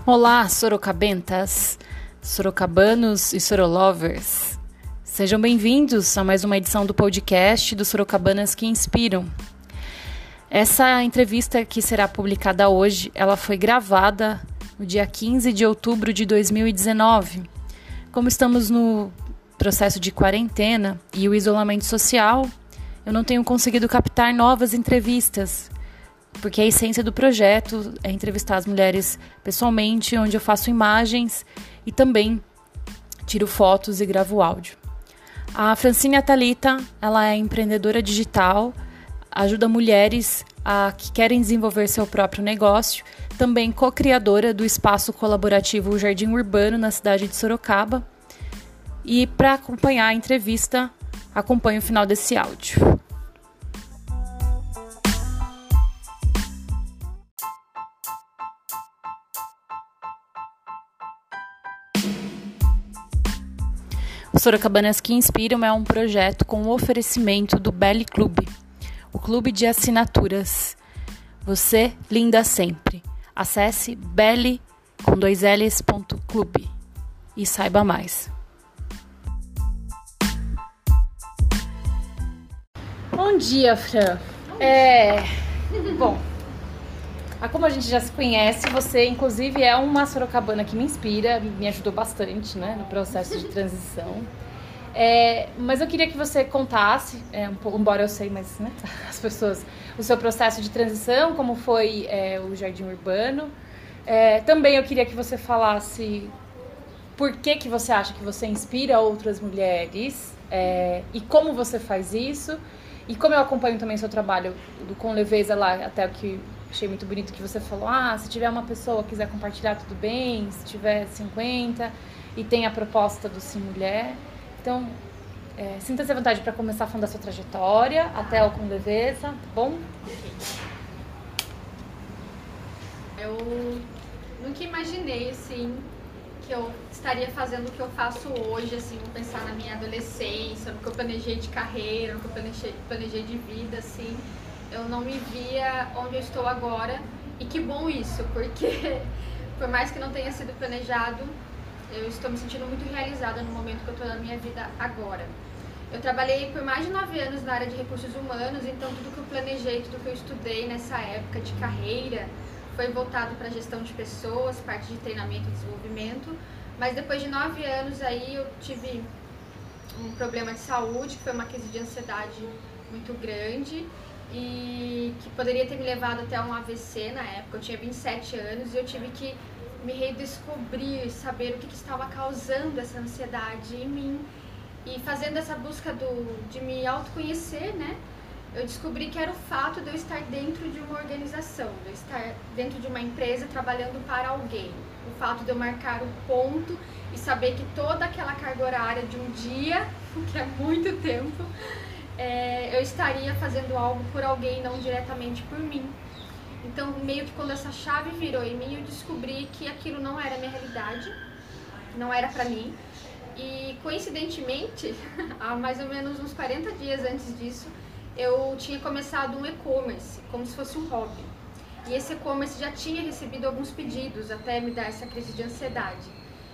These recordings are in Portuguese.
Olá, sorocabentas, sorocabanos e sorolovers. Sejam bem-vindos a mais uma edição do podcast do Sorocabanas que Inspiram. Essa entrevista que será publicada hoje, ela foi gravada no dia 15 de outubro de 2019. Como estamos no processo de quarentena e o isolamento social, eu não tenho conseguido captar novas entrevistas, porque a essência do projeto é entrevistar as mulheres pessoalmente, onde eu faço imagens e também tiro fotos e gravo áudio. A Francine Atalita, ela é empreendedora digital, ajuda mulheres que querem desenvolver seu próprio negócio, também co-criadora do espaço colaborativo Jardim Urbano na cidade de Sorocaba. E para acompanhar a entrevista, acompanhe o final desse áudio. O Sorocabanas que Inspiram é um projeto com o oferecimento do Belly Club, o clube de assinaturas. Você, linda sempre. Acesse belly.club e saiba mais. Bom dia, Fran. Bom, como a gente já se conhece, você inclusive é uma sorocabana que me inspira, me ajudou bastante, né, no processo de transição. Mas eu queria que você contasse, um pouco, embora eu sei, mas né, as pessoas, o seu processo de transição, como foi o Jardim Urbano. Também eu queria que você falasse por que você acha que você inspira outras mulheres e como você faz isso. E como eu acompanho também seu trabalho com leveza lá, até o que achei muito bonito que você falou, se tiver uma pessoa que quiser compartilhar, tudo bem, se tiver 50, e tem a proposta do Sim Mulher. Então, sinta-se à vontade para começar falando da sua trajetória, até o Com Leveza, tá bom? Eu nunca imaginei, assim, que eu estaria fazendo o que eu faço hoje, assim, pensar na minha adolescência, no que eu planejei de carreira, no que eu planejei de vida, assim. Eu não me via onde eu estou agora, e que bom isso, porque por mais que não tenha sido planejado, eu estou me sentindo muito realizada no momento que eu estou na minha vida agora. Eu trabalhei por mais de 9 anos na área de recursos humanos, então tudo que eu planejei, tudo que eu estudei nessa época de carreira foi voltado para gestão de pessoas, parte de treinamento e desenvolvimento. Mas depois de 9 anos aí eu tive um problema de saúde, que foi uma crise de ansiedade muito grande e que poderia ter me levado até um AVC na época. Eu tinha 27 anos e eu tive que me redescobrir, saber o que estava causando essa ansiedade em mim. E fazendo essa busca de me autoconhecer, né, eu descobri que era o fato de eu estar dentro de uma organização, de eu estar dentro de uma empresa trabalhando para alguém. O fato de eu marcar o ponto e saber que toda aquela carga horária de um dia, que é muito tempo, eu estaria fazendo algo por alguém, não diretamente por mim. Então, meio que quando essa chave virou em mim, eu descobri que aquilo não era a minha realidade, não era pra mim. E, coincidentemente, há mais ou menos uns 40 dias antes disso, eu tinha começado um e-commerce, como se fosse um hobby. E esse e-commerce já tinha recebido alguns pedidos até me dar essa crise de ansiedade.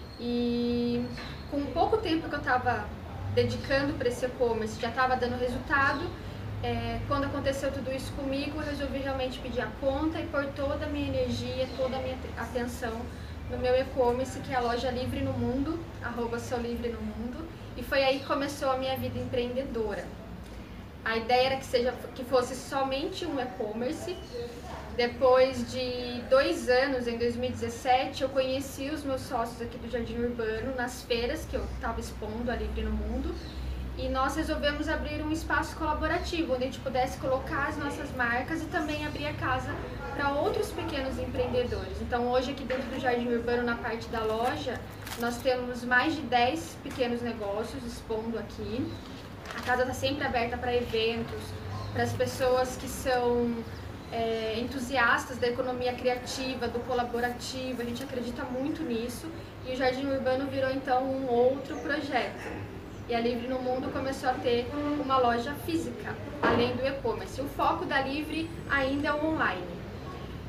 E com pouco tempo que eu estava dedicando para esse e-commerce, já estava dando resultado. Quando aconteceu tudo isso comigo, eu resolvi realmente pedir a conta e pôr toda a minha energia, toda a minha atenção no meu e-commerce, que é a loja Livre no Mundo, @soulivre-no-mundo, e foi aí que começou a minha vida empreendedora. A ideia era que fosse somente um e-commerce. Depois de 2 anos, em 2017, eu conheci os meus sócios aqui do Jardim Urbano nas feiras que eu estava expondo a Livre no Mundo. E nós resolvemos abrir um espaço colaborativo, onde a gente pudesse colocar as nossas marcas e também abrir a casa para outros pequenos empreendedores. Então hoje aqui dentro do Jardim Urbano, na parte da loja, nós temos mais de 10 pequenos negócios expondo aqui. A casa está sempre aberta para eventos, para as pessoas que são entusiastas da economia criativa, do colaborativo. A gente acredita muito nisso e o Jardim Urbano virou então um outro projeto. E a Livre no Mundo começou a ter uma loja física, além do e-commerce. O foco da Livre ainda é o online.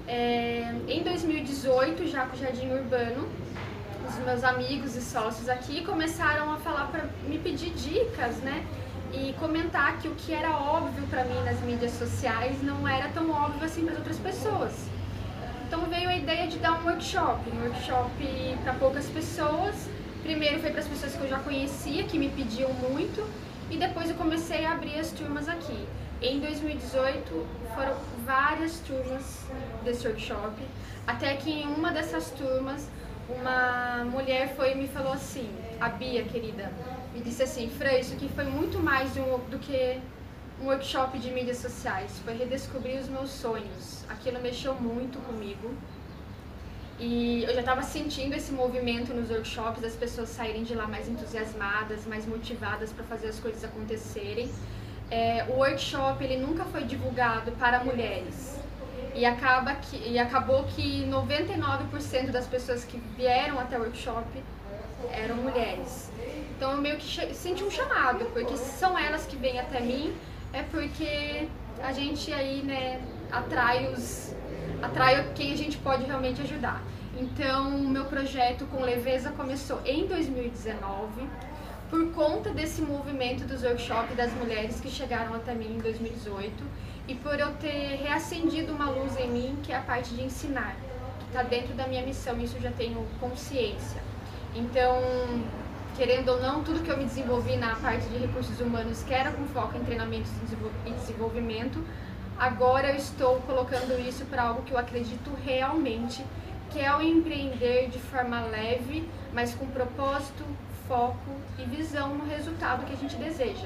Em 2018, já com o Jardim Urbano, os meus amigos e sócios aqui começaram a falar para me pedir dicas, né? E comentar que o que era óbvio para mim nas mídias sociais não era tão óbvio assim para outras pessoas. Então veio a ideia de dar um workshop para poucas pessoas. Primeiro foi para as pessoas que eu já conhecia, que me pediam muito, e depois eu comecei a abrir as turmas aqui. Em 2018 foram várias turmas desse workshop, até que em uma dessas turmas uma mulher foi e me falou assim, a Bia, querida, me disse assim, Fran, isso aqui foi muito mais do que um workshop de mídias sociais, foi redescobrir os meus sonhos. Aquilo mexeu muito comigo e eu já estava sentindo esse movimento nos workshops, das pessoas saírem de lá mais entusiasmadas, mais motivadas para fazer as coisas acontecerem. O workshop ele nunca foi divulgado para mulheres e acabou que 99% das pessoas que vieram até o workshop eram mulheres. Então eu meio que senti um chamado, porque se são elas que vêm até mim, é porque a gente aí, né, atrai quem a gente pode realmente ajudar. Então o meu projeto com leveza começou em 2019, por conta desse movimento dos workshops das mulheres que chegaram até mim em 2018 e por eu ter reacendido uma luz em mim, que é a parte de ensinar, que está dentro da minha missão, isso eu já tenho consciência. Então, querendo ou não, tudo que eu me desenvolvi na parte de recursos humanos, que era com foco em treinamento e desenvolvimento, agora eu estou colocando isso para algo que eu acredito realmente, que é o empreender de forma leve, mas com propósito, foco e visão no resultado que a gente deseja.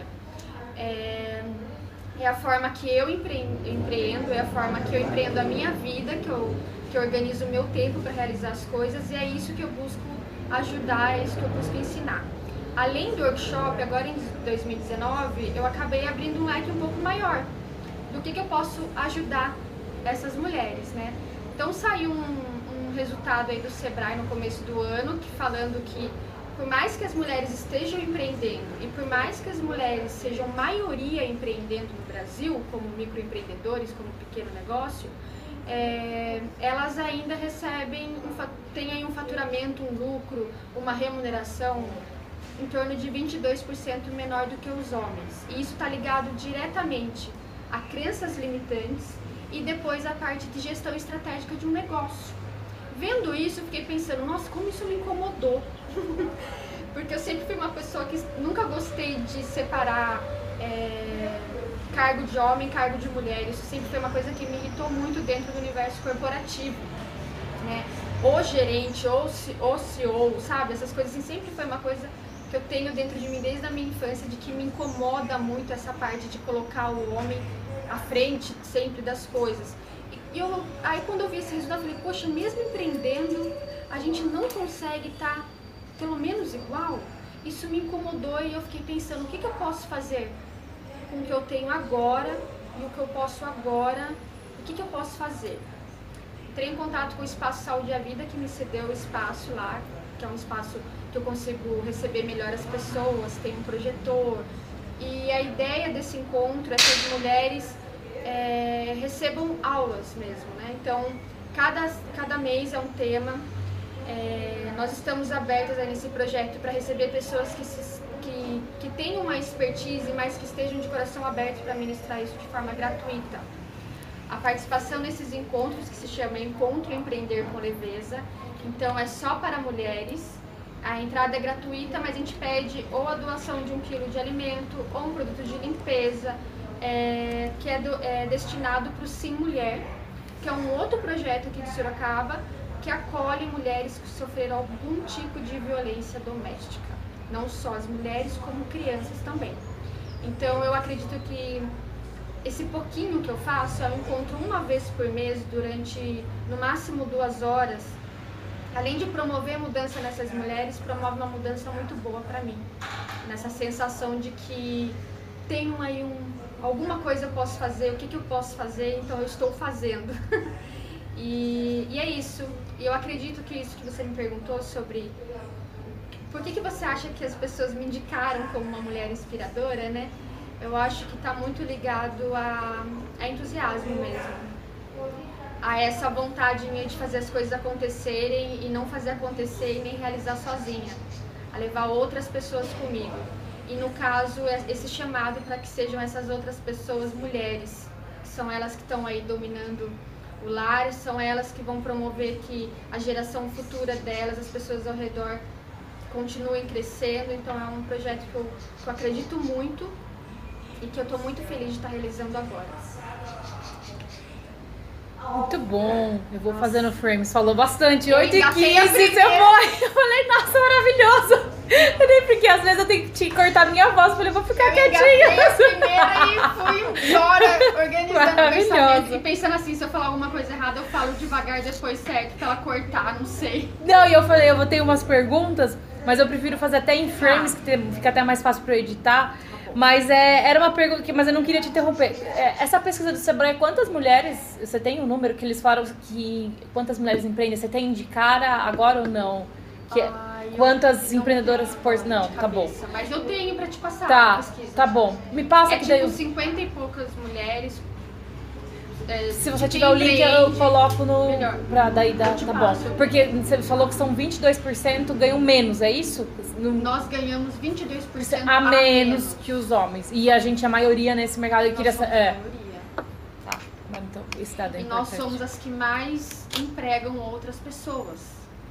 É a forma que eu empreendo, é a forma que eu empreendo a minha vida, que eu organizo o meu tempo para realizar as coisas, e é isso que eu busco ajudar, é isso que eu busco ensinar. Além do workshop, agora em 2019, eu acabei abrindo um leque um pouco maior do que eu posso ajudar essas mulheres, né? Então saiu um resultado aí do Sebrae no começo do ano, falando que por mais que as mulheres estejam empreendendo e por mais que as mulheres sejam maioria empreendendo no Brasil, como microempreendedores, como pequeno negócio, elas ainda têm aí um faturamento, um lucro, uma remuneração em torno de 22% menor do que os homens. E isso está ligado diretamente a crenças limitantes e depois a parte de gestão estratégica de um negócio. Vendo isso, eu fiquei pensando, nossa, como isso me incomodou. Porque eu sempre fui uma pessoa que nunca gostei de separar cargo de homem, cargo de mulher. Isso sempre foi uma coisa que me irritou muito dentro do universo corporativo, né? O gerente, ou CEO, sabe? Essas coisas assim, sempre foi uma coisa que eu tenho dentro de mim desde a minha infância, de que me incomoda muito essa parte de colocar o homem à frente sempre das coisas. Aí quando eu vi esse resultado, eu falei, poxa, mesmo empreendendo, a gente não consegue estar pelo menos igual? Isso me incomodou e eu fiquei pensando, o que eu posso fazer com o que eu tenho agora e o que eu posso agora, o que eu posso fazer? Entrei em contato com o Espaço Saúde e a Vida, que me cedeu o espaço lá, que é um espaço que eu consigo receber melhor as pessoas, tem um projetor. E a ideia desse encontro é que as mulheres recebam aulas mesmo, né? Então, cada mês é um tema. Nós estamos abertas nesse projeto para receber pessoas que tenham uma expertise, mas que estejam de coração aberto para ministrar isso de forma gratuita. A participação nesses encontros, que se chama Encontro Empreender com Leveza, então é só para mulheres. A entrada é gratuita, mas a gente pede ou a doação de 1 quilo de alimento ou um produto de limpeza, que é destinado para o Sim Mulher, que é um outro projeto aqui de Sorocaba, que acolhe mulheres que sofreram algum tipo de violência doméstica. Não só as mulheres, como crianças também. Então eu acredito que esse pouquinho que eu faço, eu encontro uma vez por mês, durante no máximo 2 horas, além de promover mudança nessas mulheres, promove uma mudança muito boa para mim. Nessa sensação de que tenho aí alguma coisa eu posso fazer, o que eu posso fazer, então eu estou fazendo. E é isso. E eu acredito que isso que você me perguntou sobre por que você acha que as pessoas me indicaram como uma mulher inspiradora, né? Eu acho que está muito ligado a entusiasmo mesmo. a essa vontade minha de fazer as coisas acontecerem e não fazer acontecer e nem realizar sozinha, a levar outras pessoas comigo. E no caso, esse chamado para que sejam essas outras pessoas mulheres, que são elas que estão aí dominando o lar, são elas que vão promover que a geração futura delas, as pessoas ao redor, continuem crescendo. Então é um projeto que eu acredito muito e que eu estou muito feliz de estar realizando agora. Muito bom. Eu vou fazendo frames. Falou bastante. Eu 8h15, engatei a você primeira. foi. Eu falei, nossa, maravilhoso. Eu nem porque às vezes eu tenho que te cortar minha voz. Eu falei, vou ficar quietinha. Eu a primeira e fui embora organizando o pensamento. Maravilhoso. E pensando assim, se eu falar alguma coisa errada, eu falo devagar depois, certo? Pra ela cortar, não sei. Não, e eu falei, eu vou ter umas perguntas, mas eu prefiro fazer até em frames, que fica até mais fácil pra eu editar. Mas era uma pergunta mas eu não queria te interromper. Essa pesquisa do Sebrae, quantas mulheres, você tem um número que eles falam que quantas mulheres empreendem? Você tem de cara agora ou não? Quantas empreendedoras por... Não, tá bom. Mas eu tenho pra te passar Tá, a pesquisa. tá bom. Me passa que daí... tipo 50 e poucas mulheres. Se você tiver o link, eu coloco no... Melhor. Daí dá, tá bom. passo. Porque você falou que são 22% ganham menos, é isso? Nós ganhamos 22% a menos que os homens. E a gente é a maioria nesse mercado. Eu queria Nós somos a maioria. Tá, então esse dado é E importante. nós somos as que mais empregam outras pessoas.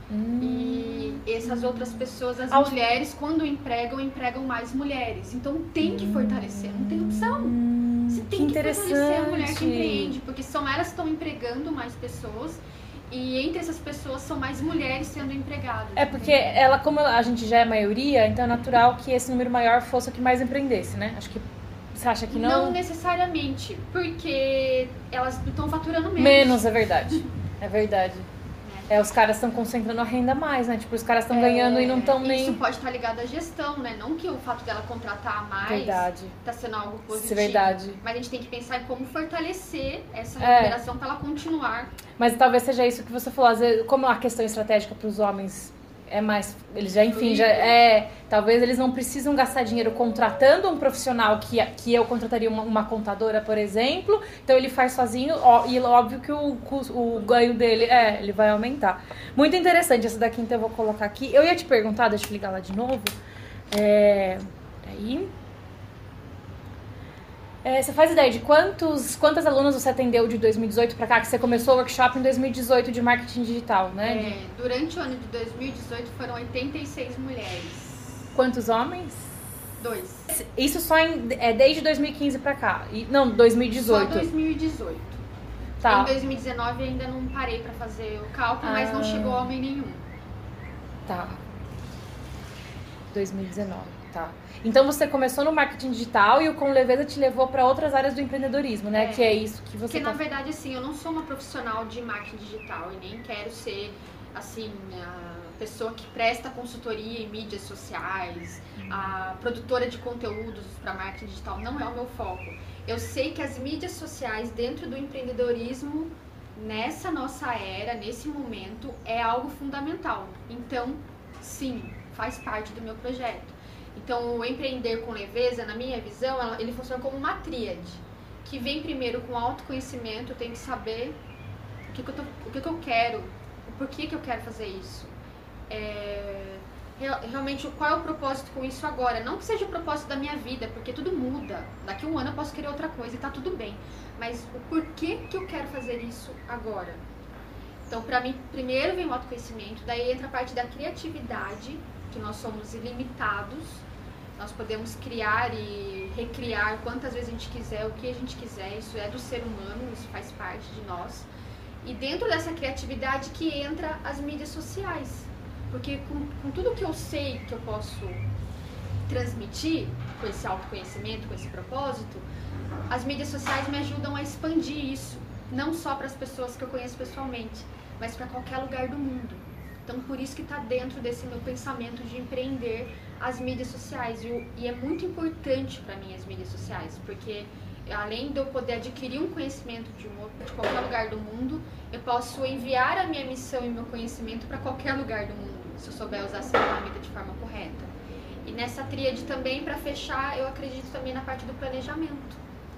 E essas outras pessoas, as mulheres, quando empregam mais mulheres. Então tem que fortalecer, não tem opção. Você tem que fortalecer a mulher que empreende, porque são elas que estão empregando mais pessoas. E entre essas pessoas são mais mulheres sendo empregadas. É porque ela, como a gente já é maioria, então é natural que esse número maior fosse o que mais empreendesse, né? Acho que você acha que não? Não necessariamente, porque elas estão faturando menos. Menos, é verdade. É verdade. Os caras estão concentrando a renda mais, né? Tipo, os caras estão ganhando e não estão nem... Isso pode estar ligado à gestão, né? Não que o fato dela contratar mais Verdade. tá sendo algo positivo. Isso é verdade. Mas a gente tem que pensar em como fortalecer essa remuneração para ela continuar. Mas talvez seja isso que você falou. Às vezes, como a questão estratégica para os homens é mais... Eles já, enfim, talvez eles não precisam gastar dinheiro contratando um profissional que eu contrataria uma contadora, por exemplo. Então ele faz sozinho e óbvio que o ganho dele ele vai aumentar. Muito interessante essa daqui, então eu vou colocar aqui. Eu ia te perguntar, deixa eu ligar lá de novo. Peraí. Você faz ideia de quantas alunas você atendeu de 2018 para cá? Que você começou o workshop em 2018 de marketing digital, né? Durante o ano de 2018 foram 86 mulheres. Quantos homens? 2. Isso só desde 2015 para cá? Não, 2018. Só 2018. Tá. Em 2019 ainda não parei para fazer o cálculo, mas não chegou homem nenhum. Tá. 2019, tá. Então você começou no marketing digital e o Com Leveza te levou para outras áreas do empreendedorismo, né? Que é isso que você na verdade, assim, eu não sou uma profissional de marketing digital e nem quero ser, assim, a pessoa que presta consultoria em mídias sociais, a produtora de conteúdos para marketing digital. Não é o meu foco. Eu sei que as mídias sociais dentro do empreendedorismo, nessa nossa era, nesse momento, é algo fundamental. Então, sim, faz parte do meu projeto. Então, o empreender com leveza, na minha visão, ele funciona como uma tríade, que vem primeiro com autoconhecimento. Eu tenho que saber o que eu quero, o porquê que eu quero fazer isso. Realmente, qual é o propósito com isso agora? Não que seja o propósito da minha vida, porque tudo muda. Daqui a um ano eu posso querer outra coisa e tá tudo bem. Mas o porquê que eu quero fazer isso agora? Então, pra mim, primeiro vem o autoconhecimento, daí entra a parte da criatividade, que nós somos ilimitados. Nós podemos criar e recriar quantas vezes a gente quiser, o que a gente quiser. Isso é do ser humano, isso faz parte de nós. E dentro dessa criatividade que entra as mídias sociais. Porque com tudo que eu sei que eu posso transmitir, com esse autoconhecimento, com esse propósito, as mídias sociais me ajudam a expandir isso. Não só para as pessoas que eu conheço pessoalmente, mas para qualquer lugar do mundo. Então, por isso que está dentro desse meu pensamento de empreender as mídias sociais. E é muito importante para mim as mídias sociais, porque além de eu poder adquirir um conhecimento de qualquer lugar do mundo, eu posso enviar a minha missão e meu conhecimento para qualquer lugar do mundo, se eu souber usar essa ferramenta de forma correta. E nessa tríade também, para fechar, eu acredito também na parte do planejamento,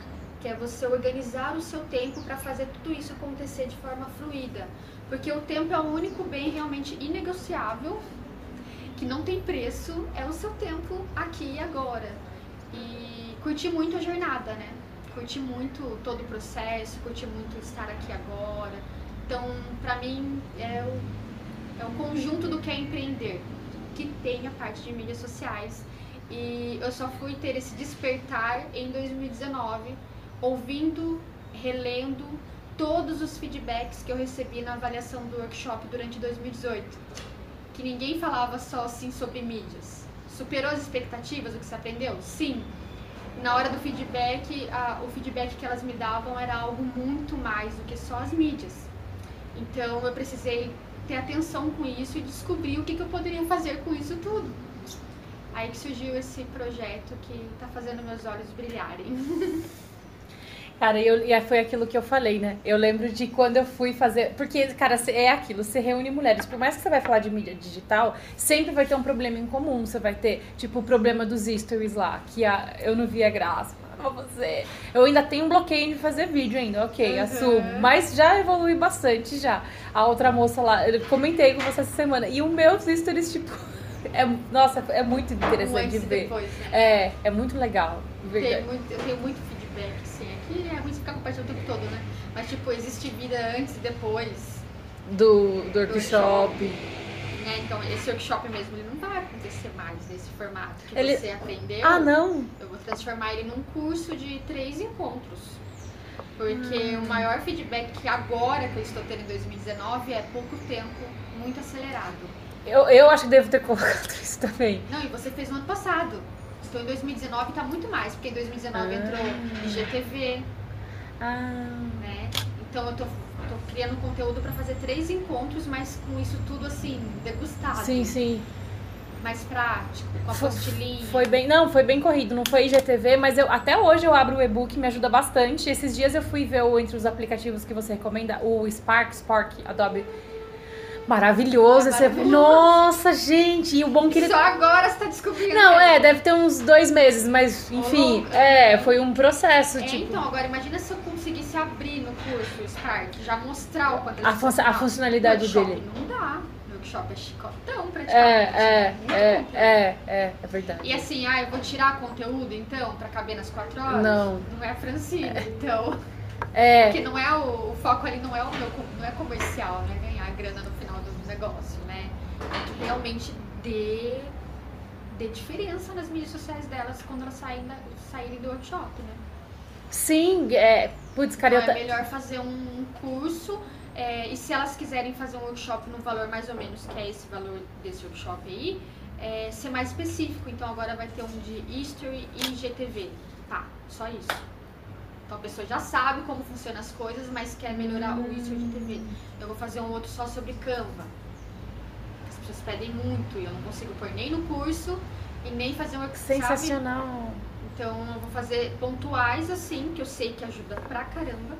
que é você organizar o seu tempo para fazer tudo isso acontecer de forma fluida. Porque o tempo é o único bem realmente inegociável, que não tem preço, é o seu tempo aqui e agora. E curtir muito a jornada, né? Curtir muito todo o processo, curtir muito estar aqui agora. Então, pra mim, é o conjunto do que é empreender, que tem a parte de mídias sociais. E eu só fui ter esse despertar em 2019, ouvindo, relendo todos os feedbacks que eu recebi na avaliação do workshop durante 2018. Que ninguém falava só assim sobre mídias. Superou as expectativas, o que você aprendeu? Sim. Na hora do feedback, o feedback que elas me davam era algo muito mais do que só as mídias. Então eu precisei ter atenção com isso e descobrir o que eu poderia fazer com isso tudo. Aí que surgiu esse projeto que tá fazendo meus olhos brilharem. Cara, e foi aquilo que eu falei, né? Eu lembro de quando eu fui fazer... Porque, cara, é aquilo, você reúne mulheres. Por mais que você vai falar de mídia digital, sempre vai ter um problema em comum. Você vai ter, tipo, o problema dos stories lá, que eu não via graça. Você. Eu ainda tenho um bloqueio de fazer vídeo ainda, ok, assumo. Mas já evolui bastante já. A outra moça lá, eu comentei com você essa semana. E o meu stories, tipo... nossa, é muito interessante de ver. Depois, né? É muito legal. Eu tenho muito feedback, assim. Aqui é ruim ficar compartilhando o tempo todo, né? Mas, tipo, existe vida antes e depois do workshop. Né? Então, esse workshop mesmo, ele não vai acontecer mais nesse formato que você aprendeu. Ah, não? Eu vou transformar ele num curso de 3 encontros. Porque o maior feedback que agora que eu estou tendo em 2019 é pouco tempo, muito acelerado. Eu acho que devo ter colocado isso também. Não, e você fez no ano passado. Então em 2019 tá muito mais, porque em 2019 entrou IGTV. Né? Então eu tô criando conteúdo pra fazer 3 encontros, mas com isso tudo assim, degustado. Sim. Mais prático, com a apostilinha. Foi bem corrido, não foi IGTV, mas até hoje eu abro o e-book, me ajuda bastante. Esses dias eu fui ver entre os aplicativos que você recomenda, o Spark, Adobe. Maravilhoso, nossa, gente, e o bom que ele... Só agora você tá descobrindo. Não, deve ter uns 2 meses, mas enfim, foi um processo, tipo... Então, agora imagina se eu conseguisse abrir no curso o Spark, já mostrar o quanto a funcionalidade dele. Não dá, o workshop é chicotão praticamente. É verdade. E assim, eu vou tirar conteúdo então, pra caber nas 4 horas? Não é a Francine, então... Porque não é o foco ali, não é comercial, né? Ganhar grana no final do negócio, né? É que realmente dê diferença nas mídias sociais delas quando elas saírem do workshop, né? Sim, putz, cara, então é melhor fazer um curso, e se elas quiserem fazer um workshop no valor mais ou menos, que é esse valor desse workshop aí, ser mais específico. Então agora vai ter um de History e IGTV. Tá, só isso. Então a pessoa já sabe como funcionam as coisas, mas quer melhorar o History de TV. Eu vou fazer um outro só sobre Canva. As pessoas pedem muito e eu não consigo pôr nem no curso e nem fazer um workshop. Sensacional. Então eu vou fazer pontuais assim, que eu sei que ajuda pra caramba.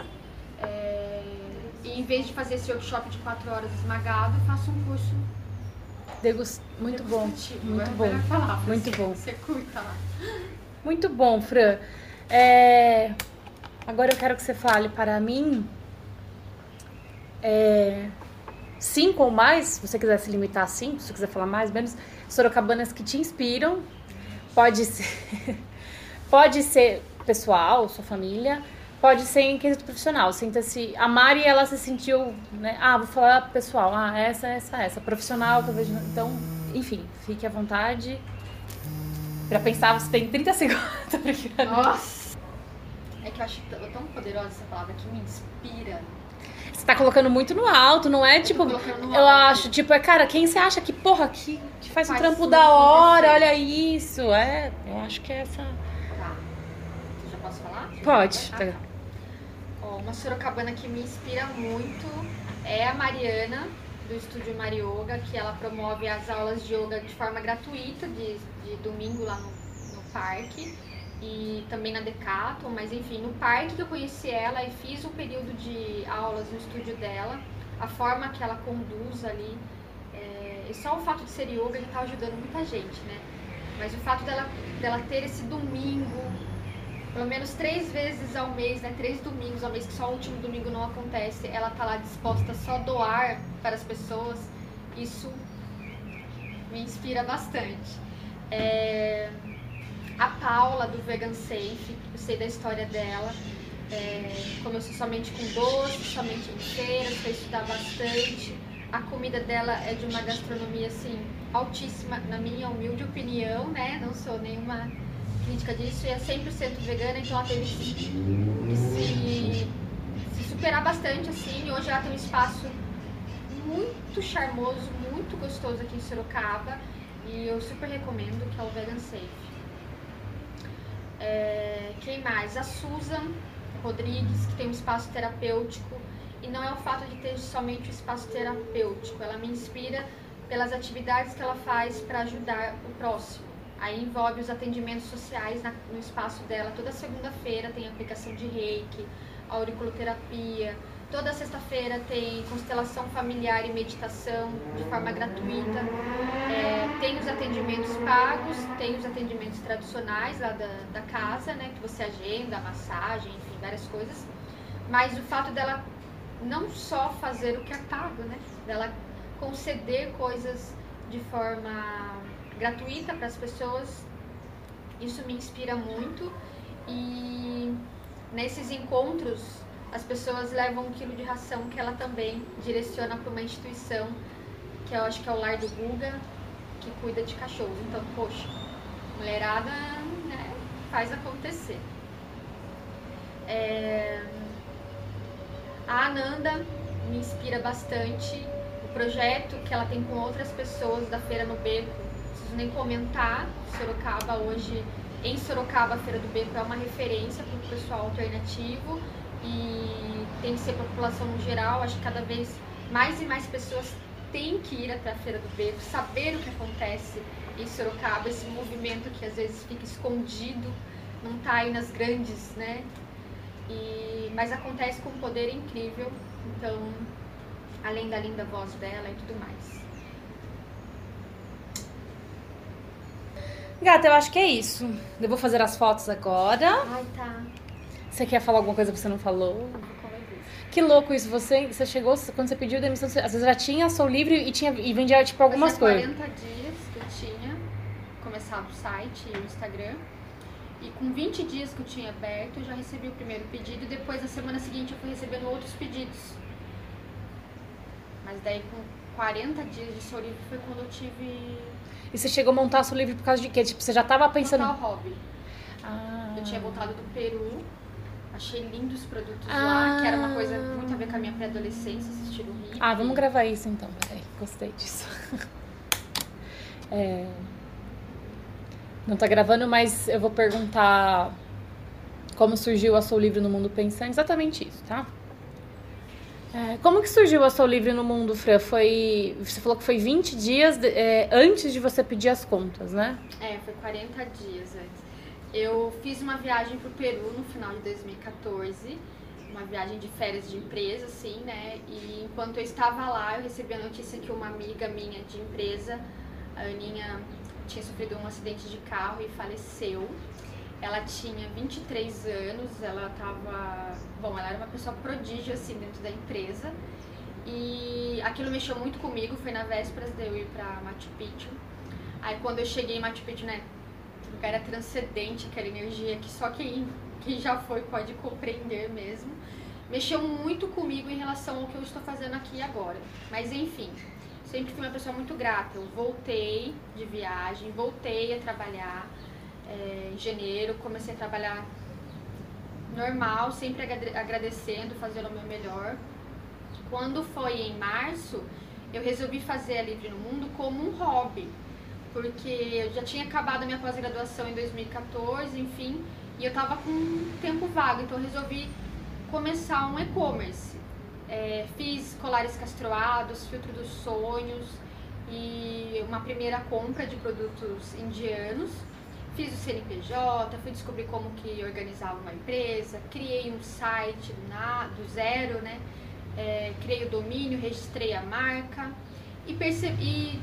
E em vez de fazer esse workshop de 4 horas esmagado, eu faço um curso muito bom. Muito bom. Muito bom. Você curta lá. Muito bom, Fran. Agora eu quero que você fale para mim 5 ou mais, se você quiser se limitar a 5, se você quiser falar mais, menos, sorocabanas que te inspiram. Pode ser pessoal, sua família, pode ser em quesito profissional. Sinta-se. A Mari, ela se sentiu, né? Vou falar pessoal. Essa. Profissional que eu vejo. Então, enfim, fique à vontade. Pra pensar, você tem 30 segundos. Tô brincando. Nossa! É que eu acho tão poderosa essa palavra que me inspira. Você tá colocando muito no alto, não é? Tipo, eu acho, tipo, cara, quem você acha que, porra, que faz um trampo da hora, olha isso. Eu acho que é essa. Tá. Eu já posso falar? Pode. Tá. Uma sorocabana que me inspira muito é a Mariana, do Estúdio Marioga, que ela promove as aulas de yoga de forma gratuita, de domingo lá no parque. E também na Decathlon, mas enfim, no parque que eu conheci ela e fiz um período de aulas no estúdio dela, a forma que ela conduz ali, e só o fato de ser yoga já tá ajudando muita gente, né? Mas o fato dela ter esse domingo pelo menos 3 vezes ao mês, né, 3 domingos ao mês, que só o último domingo não acontece, ela tá lá disposta só a doar para as pessoas, isso me inspira bastante. A Paula, do Vegan Safe, eu sei da história dela, começou somente com doce, somente em feiras, foi estudar bastante. A comida dela é de uma gastronomia, assim, altíssima, na minha humilde opinião, né? Não sou nenhuma crítica disso, e é 100% vegana, então ela teve que se superar bastante, assim. Hoje ela tem um espaço muito charmoso, muito gostoso aqui em Sorocaba, e eu super recomendo, que é o Vegan Safe. Quem mais? A Susan Rodrigues, que tem um espaço terapêutico, e não é o fato de ter somente o espaço terapêutico, ela me inspira pelas atividades que ela faz para ajudar o próximo. Aí envolve os atendimentos sociais no espaço dela. Toda segunda-feira tem aplicação de reiki, auriculoterapia. Toda sexta-feira tem constelação familiar e meditação de forma gratuita. Tem os atendimentos pagos, tem os atendimentos tradicionais lá da casa, né, que você agenda, massagem, enfim, várias coisas. Mas o fato dela não só fazer o que é pago, né, dela conceder coisas de forma gratuita para as pessoas, isso me inspira muito. E nesses encontros as pessoas levam 1 quilo de ração que ela também direciona para uma instituição, que eu acho que é o Lar do Guga, que cuida de cachorros. Então, poxa, mulherada, né, faz acontecer. A Ananda me inspira bastante. O projeto que ela tem com outras pessoas da Feira no Beco, não preciso nem comentar. Sorocaba hoje, em Sorocaba, a Feira do Beco é uma referência para o pessoal alternativo, e tem que ser para a população no geral. Acho que cada vez mais e mais pessoas têm que ir até a Feira do Beco, saber o que acontece em Sorocaba, esse movimento que às vezes fica escondido, não está aí nas grandes, né? Mas acontece com um poder incrível, então, além da linda voz dela e tudo mais. Gata, eu acho que é isso. Eu vou fazer as fotos agora. Ai, tá. Você quer falar alguma coisa que você não falou? Que louco isso, você chegou, quando você pediu demissão, às vezes já tinha Sou Livre e vendia tipo algumas coisas. 40 dias que eu tinha começado o site e o Instagram, e com 20 dias que eu tinha aberto, eu já recebi o primeiro pedido, e depois na semana seguinte eu fui recebendo outros pedidos. Mas daí com 40 dias de Sou Livre foi quando eu tive... E você chegou a montar Sou Livre por causa de quê? Tipo, você já tava pensando... Total hobby. Eu tinha voltado do Peru, achei lindos produtos lá, que era uma coisa muito a ver com a minha pré-adolescência, esse estilo hippie. Vamos gravar isso então, peraí, gostei disso. Não tá gravando, mas eu vou perguntar como surgiu a Sou Livre no Mundo Pensando, exatamente isso, tá? Como que surgiu a Sou Livre no Mundo, Fran? Você falou que foi 20 dias antes de você pedir as contas, né? Foi 40 dias antes. Eu fiz uma viagem pro Peru no final de 2014, uma viagem de férias de empresa, assim, né? E enquanto eu estava lá, eu recebi a notícia que uma amiga minha de empresa, a Aninha, tinha sofrido um acidente de carro e faleceu. Ela tinha 23 anos, ela era uma pessoa prodígio, assim, dentro da empresa. E aquilo mexeu muito comigo, foi na véspera de eu ir pra Machu Picchu. Aí quando eu cheguei em Machu Picchu, né, o lugar era transcendente, aquela energia que só quem já foi pode compreender mesmo. Mexeu muito comigo em relação ao que eu estou fazendo aqui agora. Mas enfim, sempre fui uma pessoa muito grata. Eu voltei de viagem, voltei a trabalhar. Em janeiro, comecei a trabalhar normal, sempre agradecendo, fazendo o meu melhor. Quando foi em março, eu resolvi fazer a Livre no Mundo como um hobby, porque eu já tinha acabado a minha pós-graduação em 2014, enfim, e eu tava com um tempo vago, então eu resolvi começar um e-commerce. Fiz colares castroados, filtro dos sonhos e uma primeira compra de produtos indianos. Fiz o CNPJ, fui descobrir como que organizava uma empresa, criei um site do zero, né? Criei o domínio, registrei a marca e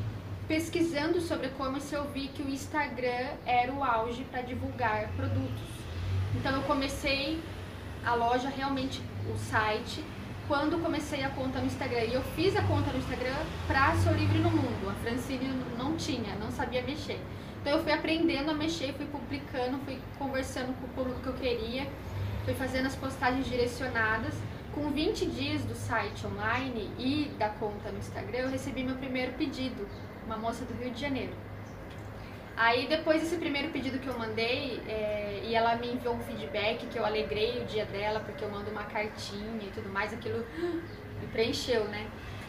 pesquisando sobre e-commerce eu vi que o Instagram era o auge para divulgar produtos. Então eu comecei a loja, realmente o site, quando comecei a conta no Instagram. E eu fiz a conta no Instagram pra Sou Livre no Mundo. A Francine não tinha, não sabia mexer. Então eu fui aprendendo a mexer, fui publicando, fui conversando com o público que eu queria, fui fazendo as postagens direcionadas. Com 20 dias do site online e da conta no Instagram, eu recebi meu primeiro pedido, uma moça do Rio de Janeiro. Aí depois desse primeiro pedido que eu mandei, e ela me enviou um feedback que eu alegrei o dia dela, porque eu mando uma cartinha e tudo mais, aquilo me preencheu, né?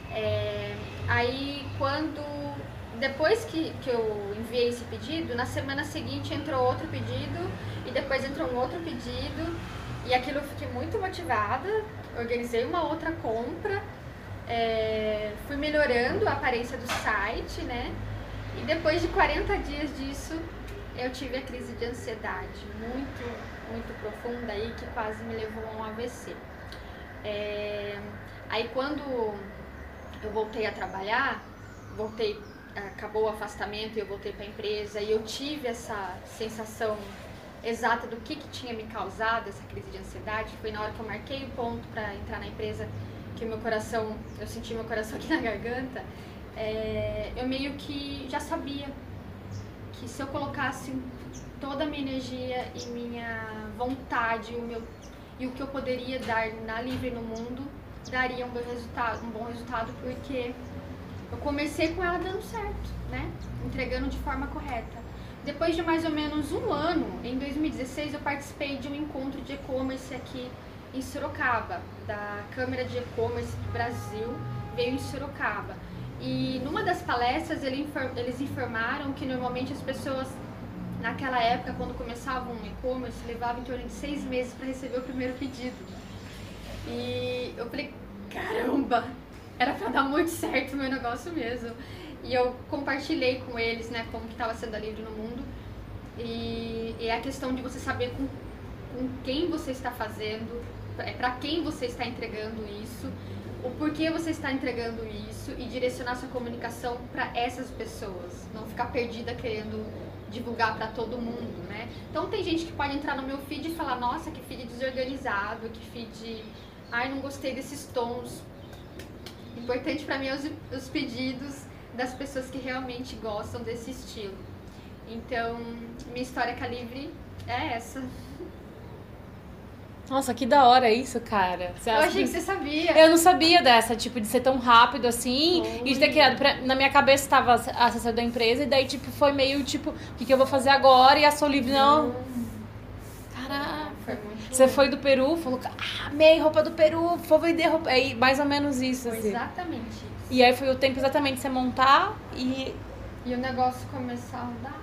Aí depois que eu enviei esse pedido, na semana seguinte entrou outro pedido, e depois entrou um outro pedido, e aquilo eu fiquei muito motivada, organizei uma outra compra, fui melhorando a aparência do site, né? E depois de 40 dias disso, eu tive a crise de ansiedade muito, muito profunda aí, que quase me levou a um AVC. Aí quando eu voltei a trabalhar, acabou o afastamento e eu voltei para a empresa, e eu tive essa sensação exata do que tinha me causado essa crise de ansiedade. Foi na hora que eu marquei o ponto para entrar na empresa que eu senti meu coração aqui na garganta. Eu meio que já sabia que se eu colocasse toda a minha energia e minha vontade e o que eu poderia dar na Livre no Mundo, daria um bom resultado, porque eu comecei com ela dando certo, né? Entregando de forma correta. Depois de mais ou menos um ano, em 2016, eu participei de um encontro de e-commerce aqui em Sorocaba, da Câmara de E-commerce do Brasil, veio em Sorocaba. E numa das palestras eles informaram que normalmente as pessoas, naquela época, quando começavam um e-commerce, levavam em torno de 6 meses para receber o primeiro pedido. E eu falei, caramba, era para dar muito certo o meu negócio mesmo. E eu compartilhei com eles, né, como que estava sendo a Livre no Mundo. E é a questão de você saber com quem você está fazendo, para quem você está entregando isso, o porquê você está entregando isso, e direcionar sua comunicação para essas pessoas. Não ficar perdida querendo divulgar para todo mundo, né? Então tem gente que pode entrar no meu feed e falar, nossa, que feed desorganizado, que feed... Ai, não gostei desses tons. Importante para mim é os pedidos das pessoas que realmente gostam desse estilo. Então, minha história com a Livre é essa. Nossa, que da hora isso, cara. Eu achei que você sabia. Eu não sabia dessa, tipo, de ser tão rápido assim. Foi. E de ter criado... Na minha cabeça tava a sessão da empresa, e daí, tipo, foi meio, tipo, o que eu vou fazer agora? E a Sou Livre, não. Caraca. Foi muito Você foi do Peru, falou, amei roupa do Peru, vou vender roupa. Aí, mais ou menos isso, Foi assim. exatamente isso. E aí foi o tempo exatamente de você montar e o negócio começar a andar.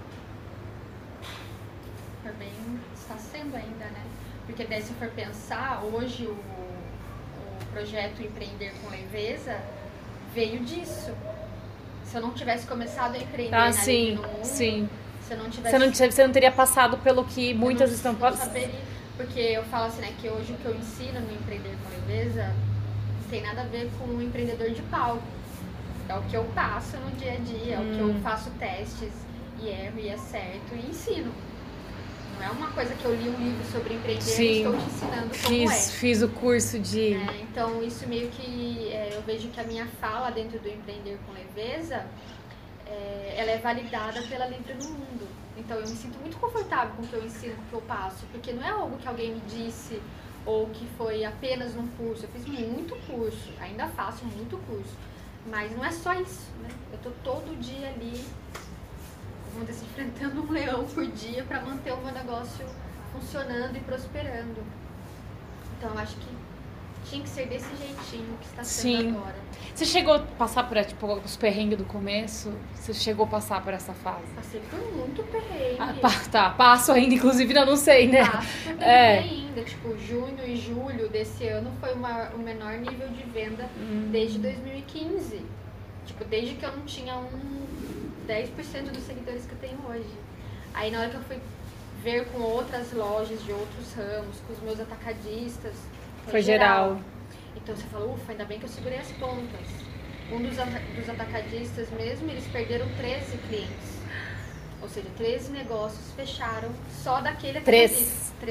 Está sendo ainda, né? Porque daí, se for pensar, hoje o projeto Empreender com Leveza veio disso. Se eu não tivesse começado a empreender na Livre no Mundo, sim. se eu não tivesse... Você não teria passado pelo que muitas estão passando. Porque eu falo assim, né, que hoje o que eu ensino no Empreender com Leveza não tem nada a ver com um empreendedor de palco. É o que eu passo no dia a dia, é o que eu faço testes e erro e acerto e ensino. Não é uma coisa que eu li um livro sobre empreender e estou te ensinando como Fiz o curso de... Então, isso meio que... eu vejo que a minha fala dentro do Empreender com Leveza, ela é validada pela Livre no Mundo. Então, eu me sinto muito confortável com o que eu ensino, com o que eu passo, porque não é algo que alguém me disse ou que foi apenas num curso. Eu fiz muito curso, ainda faço muito curso, mas não é só isso, né? Eu tô todo dia ali, vamos dizer, enfrentando um leão por dia para manter o meu negócio funcionando e prosperando. Então, eu acho que tinha que ser desse jeitinho que está sendo agora. Você chegou a passar por, tipo, os perrengues do começo? Você chegou a passar por essa fase? Passei por muito perrengue. Passo ainda, inclusive, eu não sei, né? Passo por perrengue ainda. Tipo, junho e julho desse ano foi o menor nível de venda desde 2015. Tipo, desde que eu não tinha 10% dos seguidores que eu tenho hoje. Aí, na hora que eu fui ver com outras lojas de outros ramos, com os meus atacadistas, foi geral. Então você fala, ufa, ainda bem que eu segurei as pontas. Um dos atacadistas mesmo, eles perderam 13 clientes. Ou seja, 13 negócios fecharam só daquele atacadista. 13.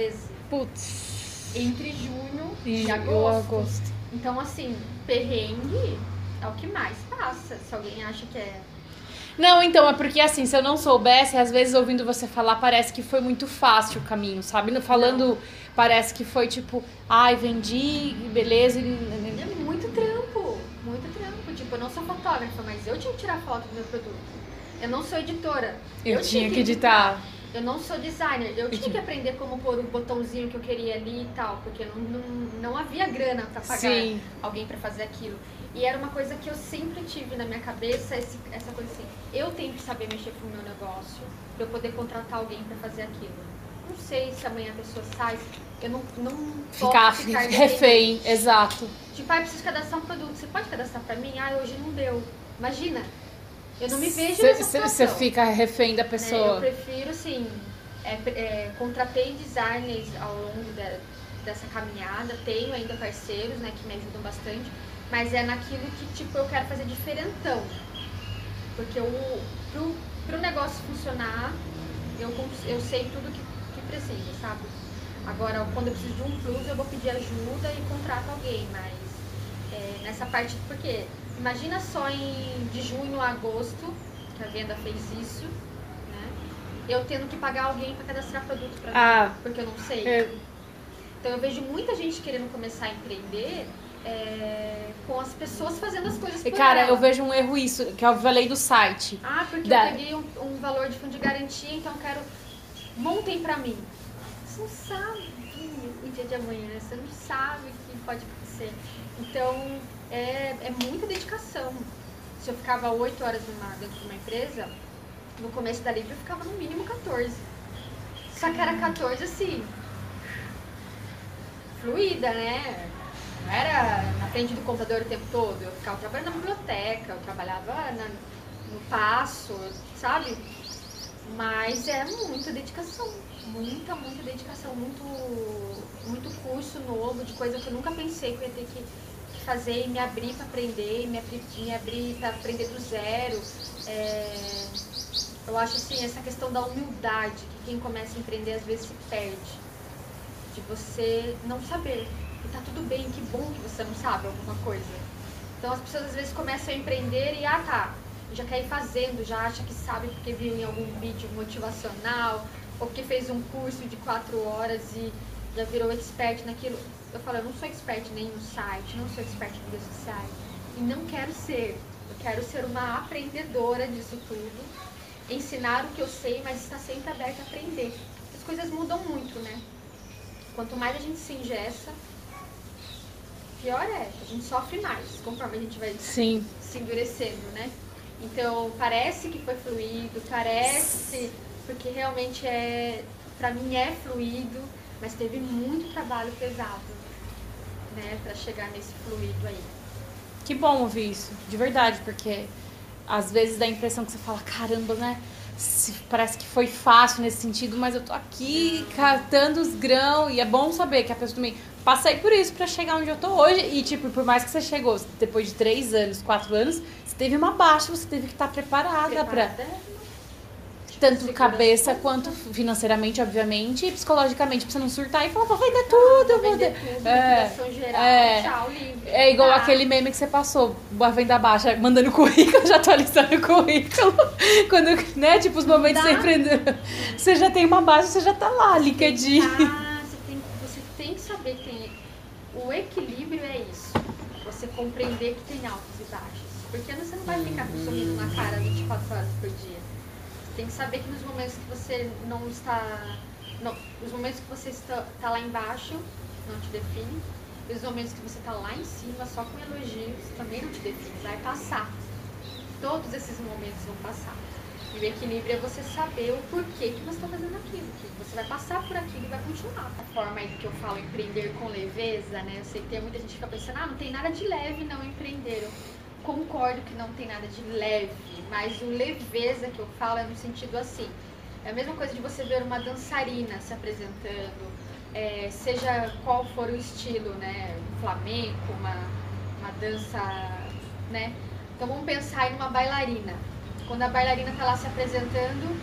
Putz. Entre junho E e agosto. agosto. Então, assim, perrengue é o que mais passa. Se alguém acha que é... Não, então, é porque assim, se eu não soubesse, às vezes ouvindo você falar, parece que foi muito fácil o caminho, sabe? Falando, parece que foi tipo, ai, vendi, beleza. É muito trampo, muito trampo. Tipo, eu não sou fotógrafa, mas eu tinha que tirar foto do meu produto. Eu não sou editora. Eu tinha que editar. Eu não sou designer. Eu tinha que aprender como pôr o botãozinho que eu queria ali e tal, porque não havia grana pra pagar alguém pra fazer aquilo. E era uma coisa que eu sempre tive na minha cabeça, essa coisa assim, eu tenho que saber mexer pro meu negócio, pra eu poder contratar alguém pra fazer aquilo. Não sei se amanhã a pessoa sai, eu não ficar refém, exato. Tipo, preciso cadastrar um produto, você pode cadastrar pra mim? Hoje não deu. Imagina, eu não me vejo nessa situação. Você fica refém da pessoa. Eu prefiro, assim, contratei designers ao longo dessa caminhada, tenho ainda parceiros, né, que me ajudam bastante. Mas é naquilo que, tipo, eu quero fazer diferentão. Porque pro negócio funcionar, eu sei tudo que precisa, sabe? Agora, quando eu preciso de um plus, eu vou pedir ajuda e contrato alguém. Mas nessa parte, porque imagina só de junho a agosto, que a venda fez isso, né? Eu tendo que pagar alguém para cadastrar produto para mim, porque eu não sei. Então eu vejo muita gente querendo começar a empreender... com as pessoas fazendo as coisas por Cara, ela. eu vejo um erro isso, que eu falei do site. Porque eu peguei um valor de fundo de garantia, então eu quero... Montem pra mim. Você não sabe o dia de amanhã, né? Você não sabe o que pode acontecer. Então, é muita dedicação. Se eu ficava 8 horas dentro de uma empresa, no começo da Livre eu ficava no mínimo 14. Só que era 14 assim... fluida, né? Não era na frente do computador o tempo todo, eu ficava trabalhando na biblioteca, eu trabalhava no passo, sabe? Mas é muita dedicação, muita dedicação, muito curso novo, de coisa que eu nunca pensei que eu ia ter que fazer e me abrir para aprender, me abrir para aprender do zero. Eu acho assim, essa questão da humildade, que quem começa a empreender às vezes se perde, de você não saber. E tá tudo bem, que bom que você não sabe alguma coisa. Então as pessoas às vezes começam a empreender e já quer ir fazendo, já acha que sabe porque viu em algum vídeo motivacional, ou porque fez um curso de 4 horas e já virou expert naquilo. Eu falo, eu não sou expert nem no site, não sou expert em redes sociais. E não quero ser. Eu quero ser uma aprendedora disso tudo, ensinar o que eu sei, mas estar sempre aberta a aprender. As coisas mudam muito, né? Quanto mais a gente se engessa, pior a gente sofre mais, conforme a gente vai se endurecendo, né? Então, parece que foi fluido, porque realmente pra mim é fluido, mas teve muito trabalho pesado, né, pra chegar nesse fluido aí. Que bom ouvir isso, de verdade, porque às vezes dá a impressão que você fala, caramba, né? Parece que foi fácil nesse sentido, mas eu tô aqui catando os grãos, e é bom saber que a pessoa também passei por isso pra chegar onde eu tô hoje. E tipo, por mais que você chegou depois de 3 anos, 4 anos, você teve uma baixa, você teve que estar preparada pra tanto cabeça quanto financeiramente, obviamente, e psicologicamente, pra você não surtar e falar, vai dar tudo, vou dar tudo, geral, tchau, livre. É igual aquele meme que você passou, a venda baixa, mandando currículo, já atualizando o currículo. Quando, né, tipo, os momentos que você empreendeu, você já tem uma baixa, você já tá lá, LinkedIn. Você tem que saber que o equilíbrio é isso. Você compreender que tem altos e baixos. Porque você não vai ficar com um sorriso na cara 24 horas por dia. Tem que saber que nos momentos que você não está... nos momentos que você está lá embaixo, não te define. E os momentos que você está lá em cima, só com elogios, também não te define. Vai passar. Todos esses momentos vão passar. E o equilíbrio é você saber o porquê que você está fazendo aquilo. Que você vai passar por aquilo e vai continuar. A forma aí que eu falo empreender com leveza, né? Eu sei que tem muita gente que fica pensando, não tem nada de leve não empreender. Eu concordo que não tem nada de leve, mas o leveza que eu falo é no sentido assim, é a mesma coisa de você ver uma dançarina se apresentando, seja qual for o estilo, né, um flamenco, uma dança, né, então vamos pensar em uma bailarina, quando a bailarina tá lá se apresentando,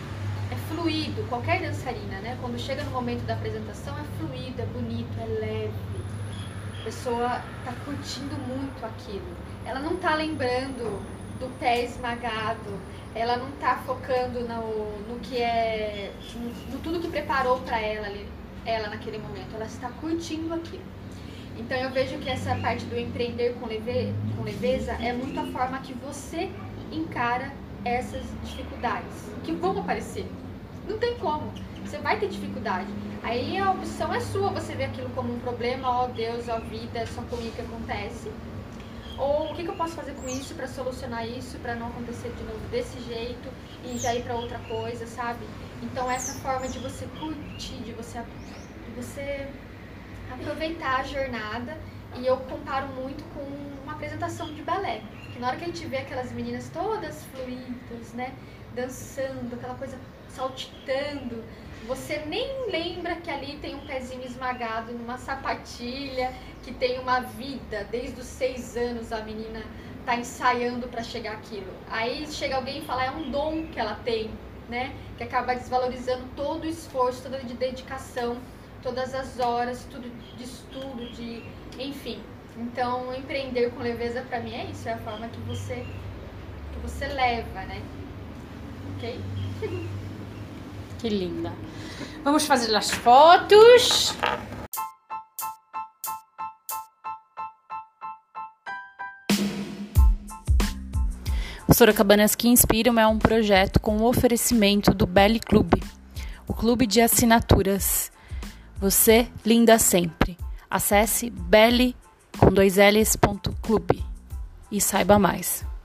é fluido, qualquer dançarina, né? Quando chega no momento da apresentação é fluido, é bonito, é leve. A pessoa tá curtindo muito aquilo. Ela não tá lembrando do pé esmagado, ela não tá focando no que é, no tudo que preparou para ela ali, ela naquele momento. Ela está curtindo aquilo. Então eu vejo que essa parte do empreender com leveza é muito a forma que você encara essas dificuldades que vão aparecer. Não tem como, você vai ter dificuldade. Aí a opção é sua, você vê aquilo como um problema, ó Deus, ó vida, é só comigo que acontece. Ou o que eu posso fazer com isso para solucionar isso, para não acontecer de novo desse jeito e já ir para outra coisa, sabe? Então essa forma de você curtir, de você aproveitar a jornada, e eu comparo muito com uma apresentação de balé. Que na hora que a gente vê aquelas meninas todas fluidas, né, dançando, aquela coisa saltitando, você nem lembra que ali tem um pezinho esmagado numa sapatilha, que tem uma vida, desde os 6 anos a menina tá ensaiando para chegar aquilo. Aí chega alguém e fala, é um dom que ela tem, né, que acaba desvalorizando todo o esforço, toda a dedicação, todas as horas, tudo de estudo, enfim. Então, empreender com leveza para mim é isso, é a forma que você leva, né? Ok? Que linda. Vamos fazer as fotos. O Sorocabanas que Inspiram é um projeto com o oferecimento do Belly Club, o clube de assinaturas. Você, linda sempre. Acesse belly.club e saiba mais.